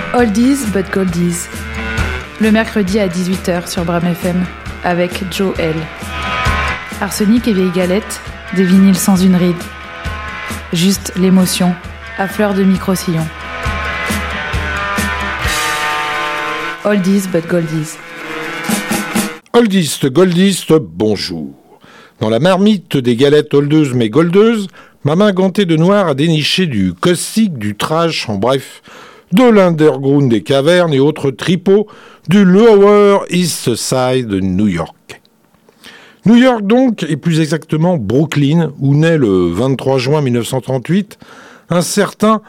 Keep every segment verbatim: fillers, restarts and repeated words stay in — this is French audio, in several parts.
Oldies but Goldies, le mercredi à dix-huit heures sur Bram F M, avec Joe L. Arsenic et vieilles galettes, des vinyles sans une ride. Juste l'émotion, à fleur de micro-sillon. Oldies but Goldies. Oldiste, goldiste, bonjour. Dans la marmite des galettes oldeuses mais goldeuses, ma main gantée de noir a déniché du caustique, du trash, en bref, de l'underground des cavernes et autres tripots du Lower East Side de New York. New York donc, et plus exactement Brooklyn, où naît le vingt-trois juin mille neuf cent trente-huit un certain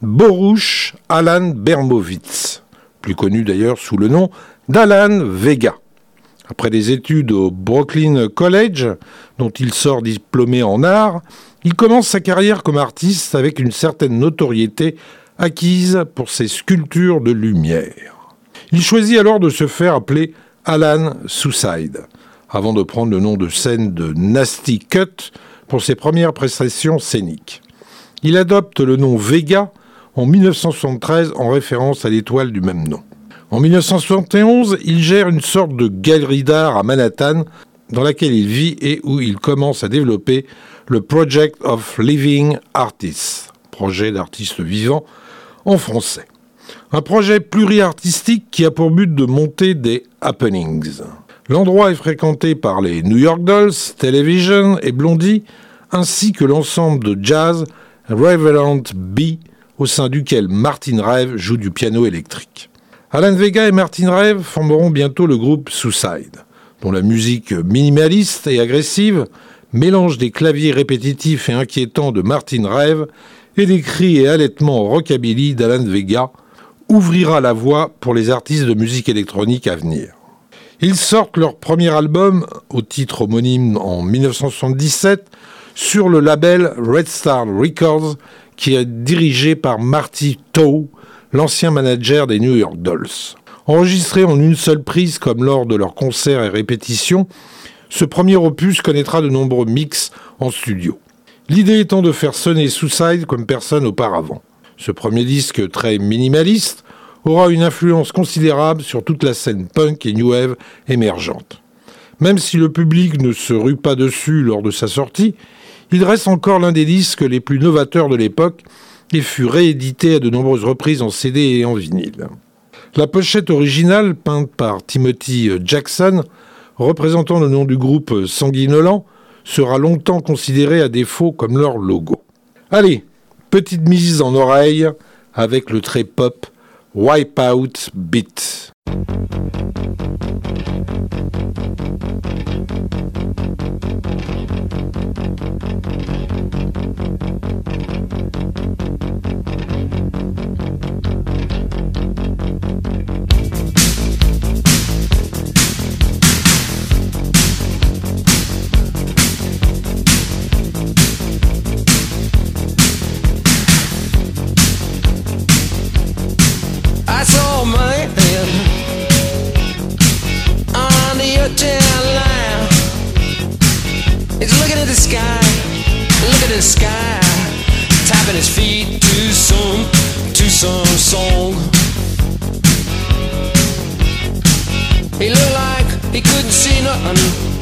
Boruch Alan Bermowitz, plus connu d'ailleurs sous le nom d'Alan Vega. Après des études au Brooklyn College, dont il sort diplômé en art, il commence sa carrière comme artiste avec une certaine notoriété acquise pour ses sculptures de lumière. Il choisit alors de se faire appeler Alan Suicide, avant de prendre le nom de scène de Nasty Cut pour ses premières prestations scéniques. Il adopte le nom Vega en mille neuf cent soixante-treize en référence à l'étoile du même nom. En mille neuf cent soixante et onze, il gère une sorte de galerie d'art à Manhattan dans laquelle il vit et où il commence à développer le Project of Living Artists, projet d'artistes vivants en français. Un projet pluriartistique qui a pour but de monter des happenings. L'endroit est fréquenté par les New York Dolls, Television et Blondie, ainsi que l'ensemble de jazz Reverend B, au sein duquel Martin Rev joue du piano électrique. Alan Vega et Martin Rev formeront bientôt le groupe Suicide, dont la musique minimaliste et agressive mélange des claviers répétitifs et inquiétants de Martin Rev et des cris et halètements rockabilly d'Alan Vega, ouvrira la voie pour les artistes de musique électronique à venir. Ils sortent leur premier album, au titre homonyme en mille neuf cent soixante-dix-sept, sur le label Red Star Records, qui est dirigé par Marty Tow, l'ancien manager des New York Dolls. Enregistré en une seule prise comme lors de leurs concerts et répétitions, ce premier opus connaîtra de nombreux mix en studio. L'idée étant de faire sonner Suicide comme personne auparavant. Ce premier disque très minimaliste aura une influence considérable sur toute la scène punk et new wave émergente. Même si le public ne se rue pas dessus lors de sa sortie, il reste encore l'un des disques les plus novateurs de l'époque et fut réédité à de nombreuses reprises en C D et en vinyle. La pochette originale, peinte par Timothy Jackson, représentant le nom du groupe Sanguinolent, sera longtemps considérée à défaut comme leur logo. Allez, petite mise en oreille avec le très pop Wipeout Beat. I saw a man on the hotel line. He's looking at the sky, looking at the sky, tapping his feet to some, to some song. He looked like he couldn't see nothing,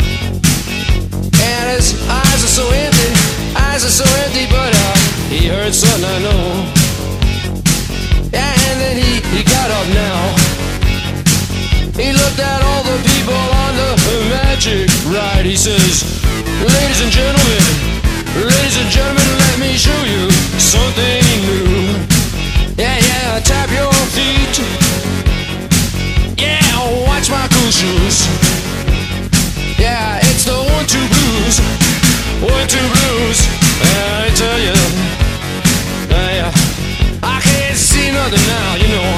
and his eyes are so empty, eyes are so empty, but uh, he heard something I know. Yeah, and then he, he got up now. He looked at all the people on the magic ride. He says, ladies and gentlemen, ladies and gentlemen, let me show you something new. Yeah, yeah, tap your feet. Yeah, watch my cool shoes. Yeah, it's the one, two blues. One, two blues. Yeah, I tell you. Yeah, yeah. I can't see nothing now, you know.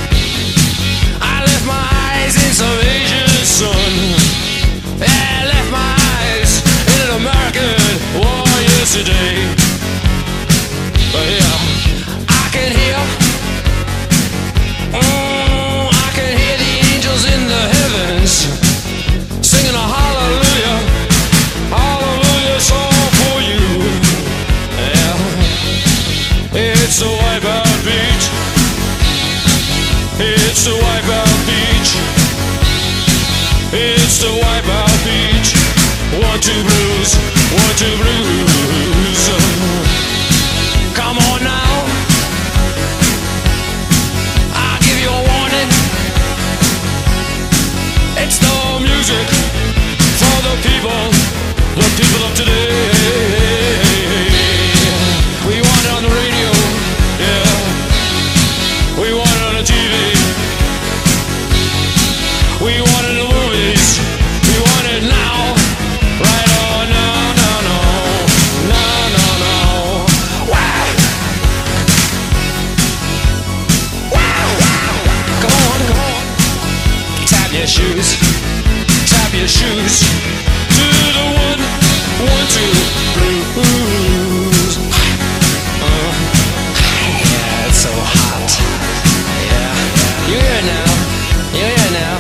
I left my eyes in some Asian sun. I left my eyes in an American war yesterday. But yeah, I can hear, mm, I can hear the angels in the heavens singing a hallelujah, hallelujah song for It's the Wipeout Beach. It's the Wipeout Beach. One, two blues, one, two blues. Come on now, I'll give you a warning. It's the music for the people, the people of today. We want it on the radio, yeah. We want it on the T V. We want it in the movies. We want it now. Right on, no, no, no. No, no, no. Wow. Wow, wow. Come on, come on. Tap your shoes. Tap your shoes. To the one, one, two, blues. Uh, yeah, it's so hot. Yeah. You're here now. You're here now.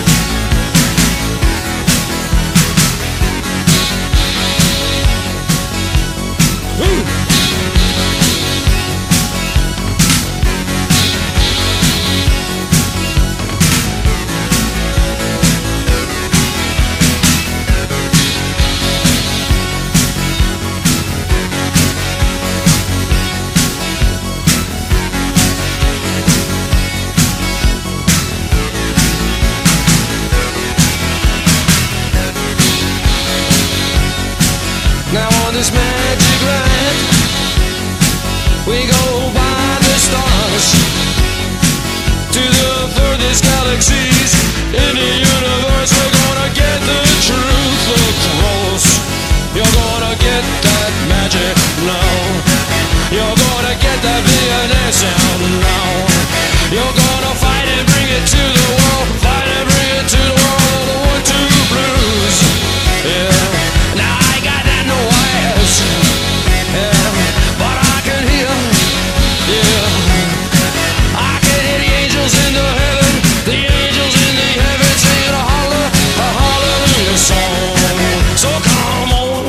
Now on this magic ride, we go by the stars to the furthest galaxies in the universe. We're gonna get the truth across. You're gonna get that magic now. You're gonna get that billionaire sound now. You're gonna fight and bring it to the world. Fight and bring it to the world. The one, two blues. Yeah. Now I got that no wires. Yeah. But I can hear. Yeah. I can hear the angels in the heaven. The angels in the heaven singing a holler, a hallelujah song. So come on.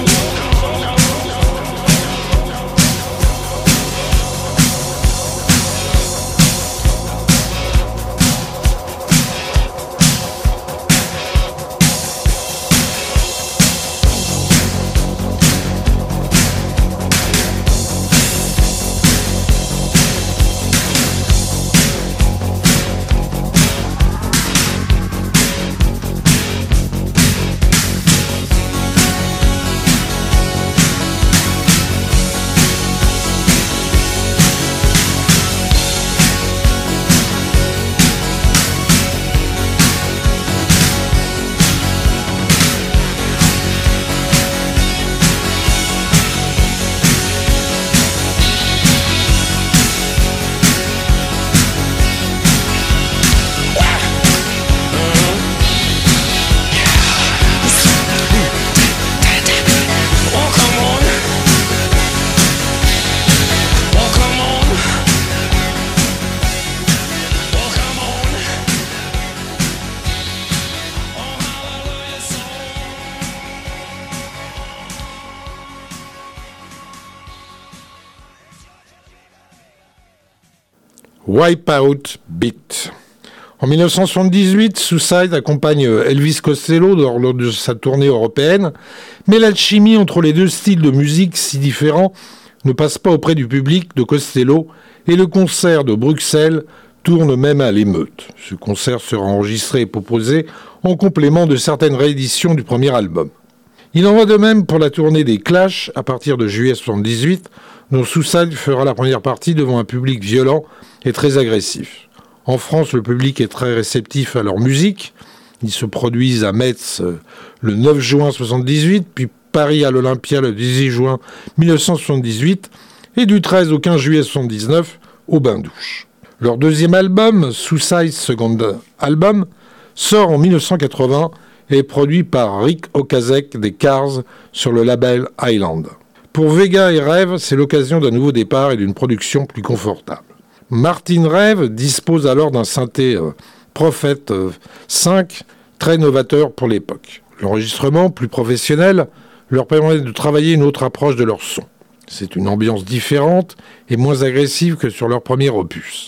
Wipeout Beat. En mille neuf cent soixante-dix-huit, Suicide accompagne Elvis Costello lors de sa tournée européenne, mais l'alchimie entre les deux styles de musique si différents ne passe pas auprès du public de Costello et le concert de Bruxelles tourne même à l'émeute. Ce concert sera enregistré et proposé en complément de certaines rééditions du premier album. Il en va de même pour la tournée des Clash à partir de juillet soixante-dix-huit, dont Suicide fera la première partie devant un public violent et très agressif. En France, le public est très réceptif à leur musique. Ils se produisent à Metz le neuf juin soixante-dix-huit, puis Paris à l'Olympia le dix-huit juin mille neuf cent soixante-dix-huit, et du treize au quinze juillet soixante-dix-neuf au Bain-Douche. Leur deuxième album, Suicide Second Album, sort en mille neuf cent quatre-vingts et est produit par Rick Ocasek des Cars sur le label Island. Pour Vega et Rev, c'est l'occasion d'un nouveau départ et d'une production plus confortable. Martin Rev dispose alors d'un synthé euh, Prophet euh, cinq, très novateur pour l'époque. L'enregistrement, plus professionnel, leur permet de travailler une autre approche de leur son. C'est une ambiance différente et moins agressive que sur leur premier opus.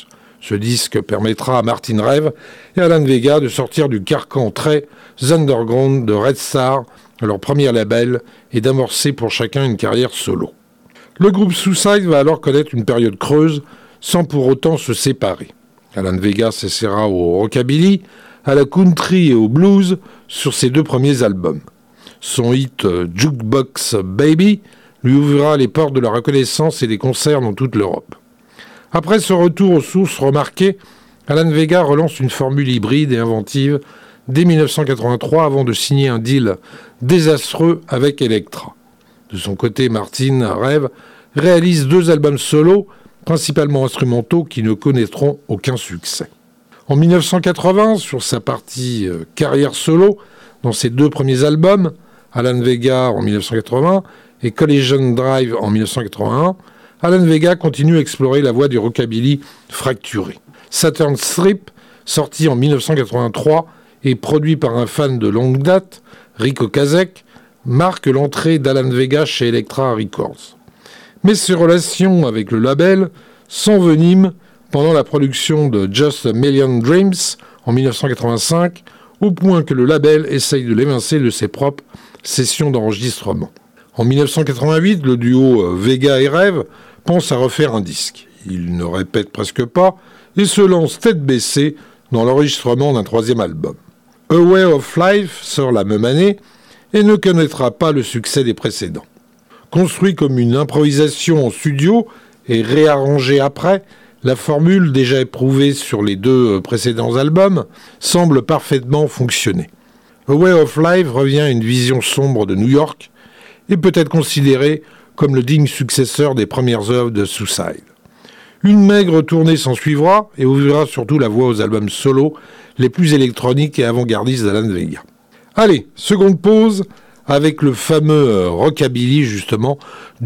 Ce disque permettra à Martin Rev et Alan Vega de sortir du carcan très underground de Red Star, leur premier label, et d'amorcer pour chacun une carrière solo. Le groupe Suicide va alors connaître une période creuse sans pour autant se séparer. Alan Vega s'essaiera au rockabilly, à la country et au blues sur ses deux premiers albums. Son hit euh, Jukebox Baby lui ouvrira les portes de la reconnaissance et des concerts dans toute l'Europe. Après ce retour aux sources remarquées, Alan Vega relance une formule hybride et inventive dès mille neuf cent quatre-vingt-trois avant de signer un deal désastreux avec Elektra. De son côté, Martin Rev réalise deux albums solo, principalement instrumentaux, qui ne connaîtront aucun succès. En mille neuf cent quatre-vingts, sur sa partie euh, carrière solo, dans ses deux premiers albums, Alan Vega en mille neuf cent quatre-vingts et Collision Drive en mille neuf cent quatre-vingt-un, Alan Vega continue à explorer la voie du rockabilly fracturé. Saturn Strip, sorti en mille neuf cent quatre-vingt-trois et produit par un fan de longue date, Rick Ocasek, marque l'entrée d'Alan Vega chez Elektra Records. Mais ses relations avec le label s'enveniment pendant la production de Just a Million Dreams en mille neuf cent quatre-vingt-cinq, au point que le label essaye de l'évincer de ses propres sessions d'enregistrement. En mille neuf cent quatre-vingt-huit, le duo Vega et Rev pense à refaire un disque. Il ne répète presque pas et se lance tête baissée dans l'enregistrement d'un troisième album. A Way of Life sort la même année et ne connaîtra pas le succès des précédents. Construit comme une improvisation en studio et réarrangé après, la formule déjà éprouvée sur les deux précédents albums semble parfaitement fonctionner. A Way of Life revient à une vision sombre de New York et peut être considéré comme le digne successeur des premières œuvres de Suicide. Une maigre tournée s'en suivra et ouvrira surtout la voie aux albums solo les plus électroniques et avant-gardistes d'Alan Vega. Allez, seconde pause avec le fameux rockabilly justement,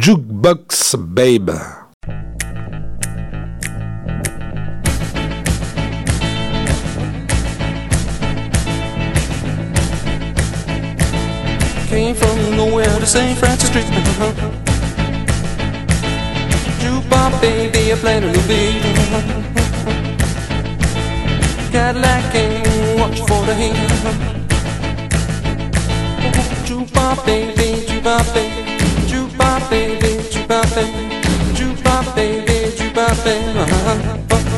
Jukebox Babe. Came from nowhere to Saint Francis Street. Jukebox baby, I played a new beat. Cadillac came, watch for the hand. Jukebox baby, jukebox baby, jukebox baby, jukebox baby, jukebox baby, jukebox baby.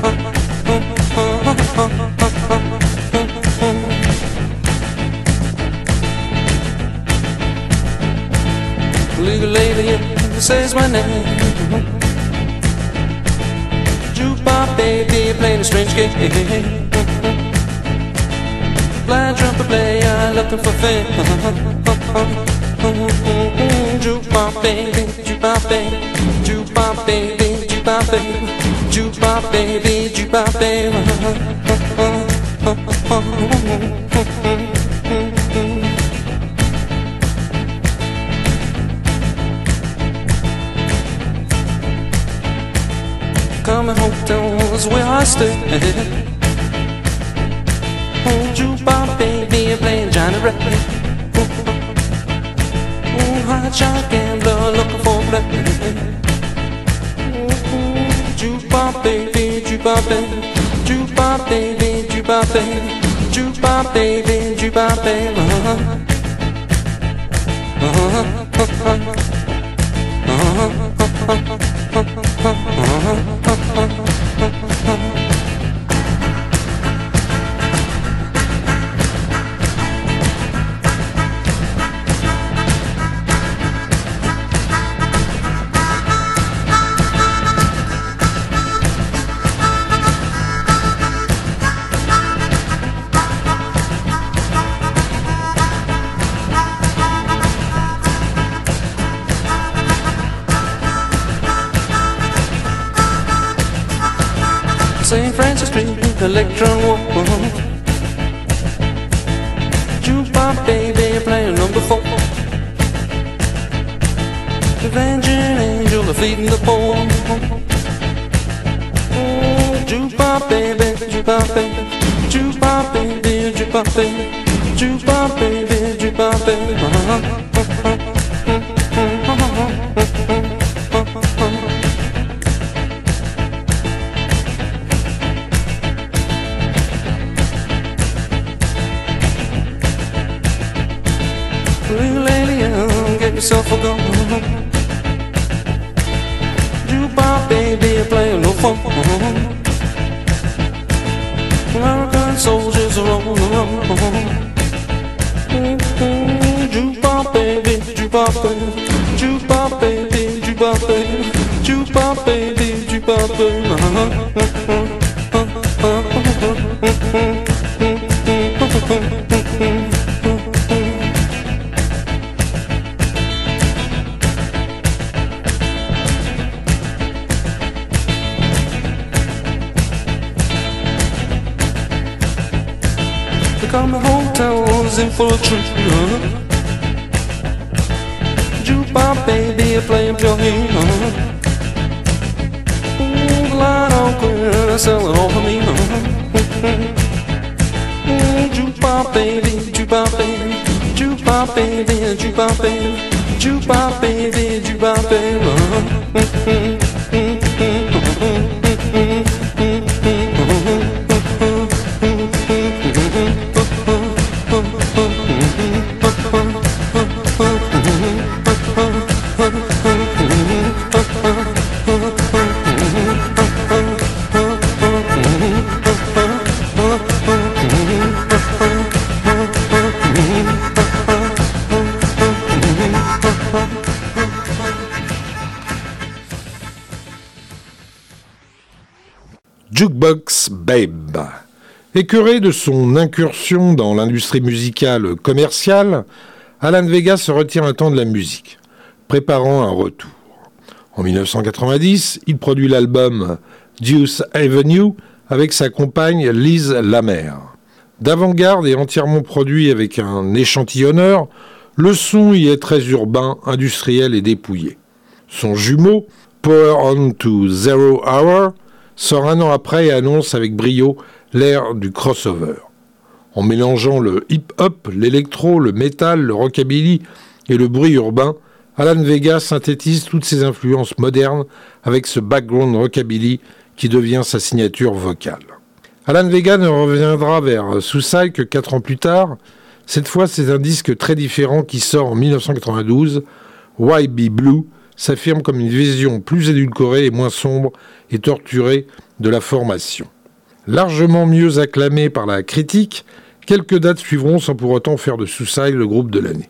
Legal lady says my name. Jukebox baby playing a strange game. Blind trumpet player looking for fame. Jukebox baby, jukebox baby, jukebox baby, jukebox baby, jukebox baby, jukebox baby. Coming hotels where I stay. Oh, jukebox baby, playing Johnny Ray. Oh, hot shot gambler looking for play. Oh, jukebox baby, jukebox baby, jukebox baby, jukebox baby, jukebox baby, jukebox baby. Uh-huh. Uh-huh. Uh-huh. Uh-huh. Saint Francis Street, Electron Walk. Jukebox baby, playing number four. Avenging angel, the feeding the poor. Oh, jukebox baby, jukebox baby, jukebox baby, jukebox baby, jukebox baby, jukebox baby. Uh-huh. yourself a gun. Jukebox baby playing no fun. American soldiers are on the run. Jukebox baby, jukebox baby, jukebox baby, jukebox baby, jukebox baby, jukebox baby. Got my hotels in full of truth. Jukebox baby playing pure heat. Ooh, the light on clear, selling all for me. Jukebox baby, jukebox baby, jukebox baby, jukebox baby, jukebox baby, jukebox baby. Jukebox Babe. Écœuré de son incursion dans l'industrie musicale commerciale, Alan Vega se retire un temps de la musique, préparant un retour. En dix-neuf cent quatre-vingt-dix, il produit l'album Deuce Avenue avec sa compagne Liz Lamère. D'avant-garde et entièrement produit avec un échantillonneur, le son y est très urbain, industriel et dépouillé. Son jumeau, Power On to Zero Hour, sort un an après et annonce avec brio l'ère du crossover. En mélangeant le hip-hop, l'électro, le metal, le rockabilly et le bruit urbain, Alan Vega synthétise toutes ses influences modernes avec ce background rockabilly qui devient sa signature vocale. Alan Vega ne reviendra vers Suicide que quatre ans plus tard. Cette fois, c'est un disque très différent qui sort en dix-neuf cent quatre-vingt-douze. Why Be Blue s'affirme comme une vision plus édulcorée et moins sombre et torturée de la formation. Largement mieux acclamé par la critique, quelques dates suivront sans pour autant faire de Suicide le groupe de l'année.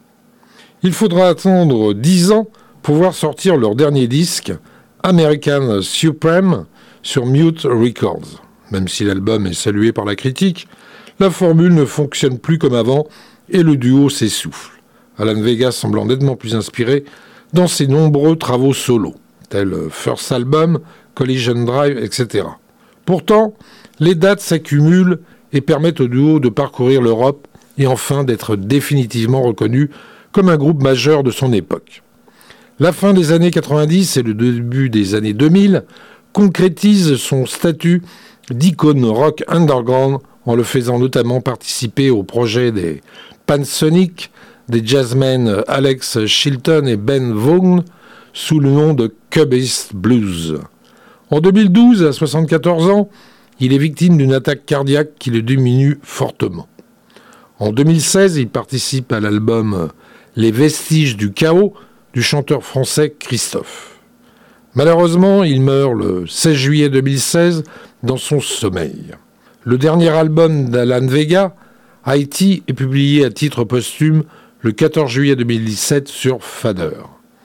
Il faudra attendre dix ans pour voir sortir leur dernier disque, American Supreme, sur Mute Records. Même si l'album est salué par la critique, la formule ne fonctionne plus comme avant et le duo s'essouffle. Alan Vega semblant nettement plus inspiré dans ses nombreux travaux solos, tels First Album, Collision Drive, et cetera. Pourtant, les dates s'accumulent et permettent au duo de parcourir l'Europe et enfin d'être définitivement reconnu comme un groupe majeur de son époque. La fin des années quatre-vingt-dix et le début des années deux mille concrétisent son statut d'icône rock underground en le faisant notamment participer au projet des Pansonic, des jazzmen Alex Chilton et Ben Vaughn sous le nom de Cubist Blues. En deux mille douze, à soixante-quatorze ans, il est victime d'une attaque cardiaque qui le diminue fortement. En deux mille seize, il participe à l'album Les Vestiges du Chaos du chanteur français Christophe. Malheureusement, il meurt le seize juillet deux mille seize dans son sommeil. Le dernier album d'Alan Vega, Haïti, est publié à titre posthume le quatorze juillet deux mille dix-sept sur Fader.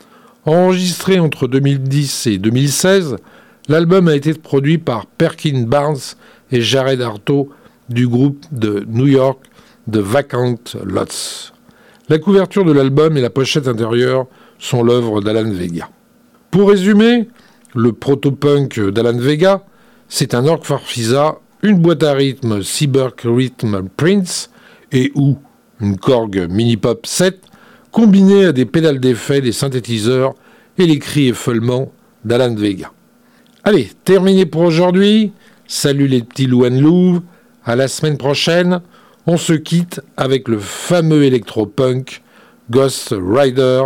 Enregistré entre deux mille dix et deux mille seize, l'album a été produit par Perkin Barnes et Jared Arto du groupe de New York The Vacant Lots. La couverture de l'album et la pochette intérieure sont l'œuvre d'Alan Vega. Pour résumer, le proto-punk d'Alan Vega, c'est un Org Farfisa, une boîte à rythme Cyber Rhythm Prince et ou une Korg Mini Pop sept, combinée à des pédales d'effet, des synthétiseurs et les cris effeulements d'Alan Vega. Allez, terminé pour aujourd'hui. Salut les petits Louane Louve. À la semaine prochaine. On se quitte avec le fameux électro-punk Ghost Rider.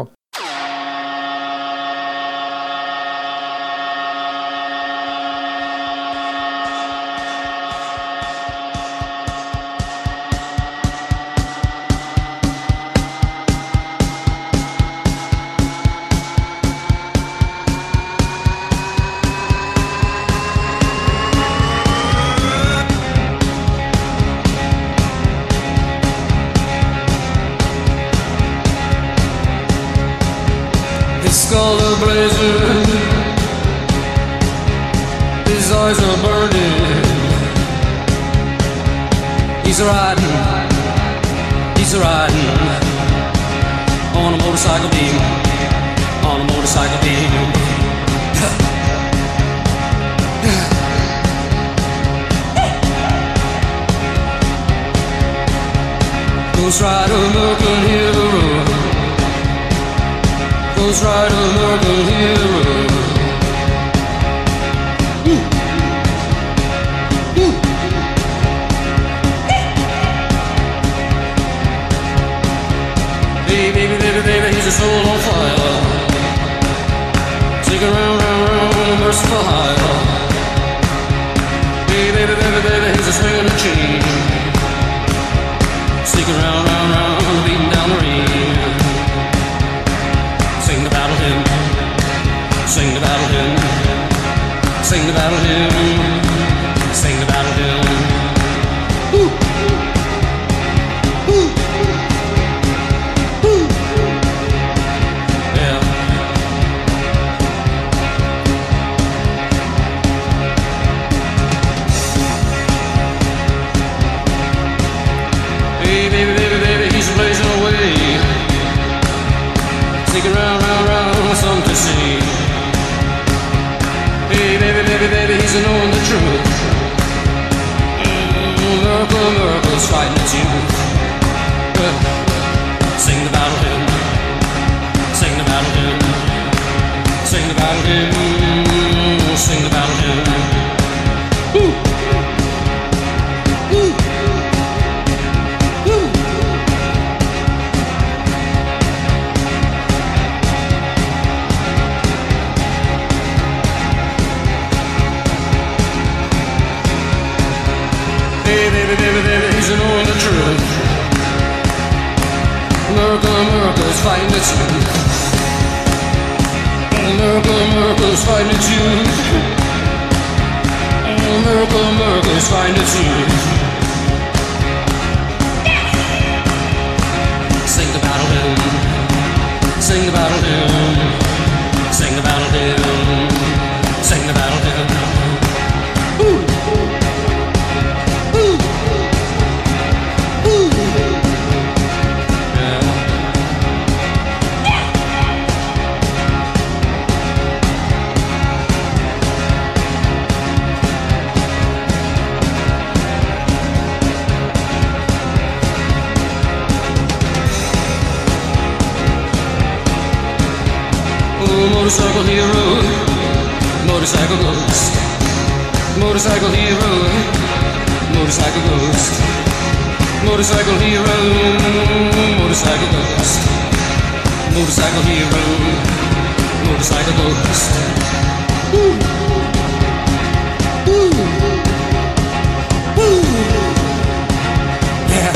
eyes are burning. He's riding, he's riding on a motorcycle beam, on a motorcycle beam. Ghost rider, American hero. Ghost rider, American hero. Baby, baby, baby, baby, he's a soul on fire. Take it round, round, round, merciful higher. Baby, baby, baby, baby, he's a swinging a chain. Sneak around, round, round, beating down the rain. Sing the battle hymn, sing the battle hymn, sing the battle hymn, sing the battle hymn. Ooh. Ooh. Ooh. Yeah. Hey, baby, baby, baby, he's blazing away. Take it round, round, round, something to see. Hey, baby, baby, baby, he's knowing the truth. Mm, miracle, miracles fighting its youth. Well, sing the battle hymn, sing the battle hymn, sing the battle hymn, sing the battle hymn. Ooh. Ooh. Ooh. Hey, baby, baby, baby, he's knowing the truth. Miracle, miracles fighting its youth. Miracle, miracles fighting its youth. Miracle, miracles fighting its youth. Sing the battle hymn, sing the battle hymn, sing the battle hymn, sing the battle hymn. Ooh. Ooh. Ooh. Yeah. Oh, motorcycle hero, motorcycle ghost, motorcycle hero, motorcycle ghost, motorcycle hero, motorcycle ghost, motorcycle hero, motorcycle ghost. Ooh. Ooh. Ooh. Yeah.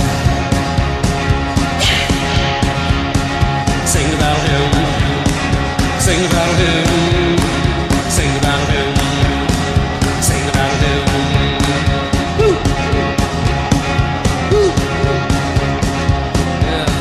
Sing the battle hymn. Sing the battle hymn, sing the battle hymn, sing the battle hymn. Woo! Woo! Yeah.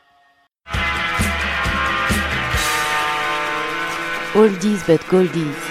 Oldies but goldies.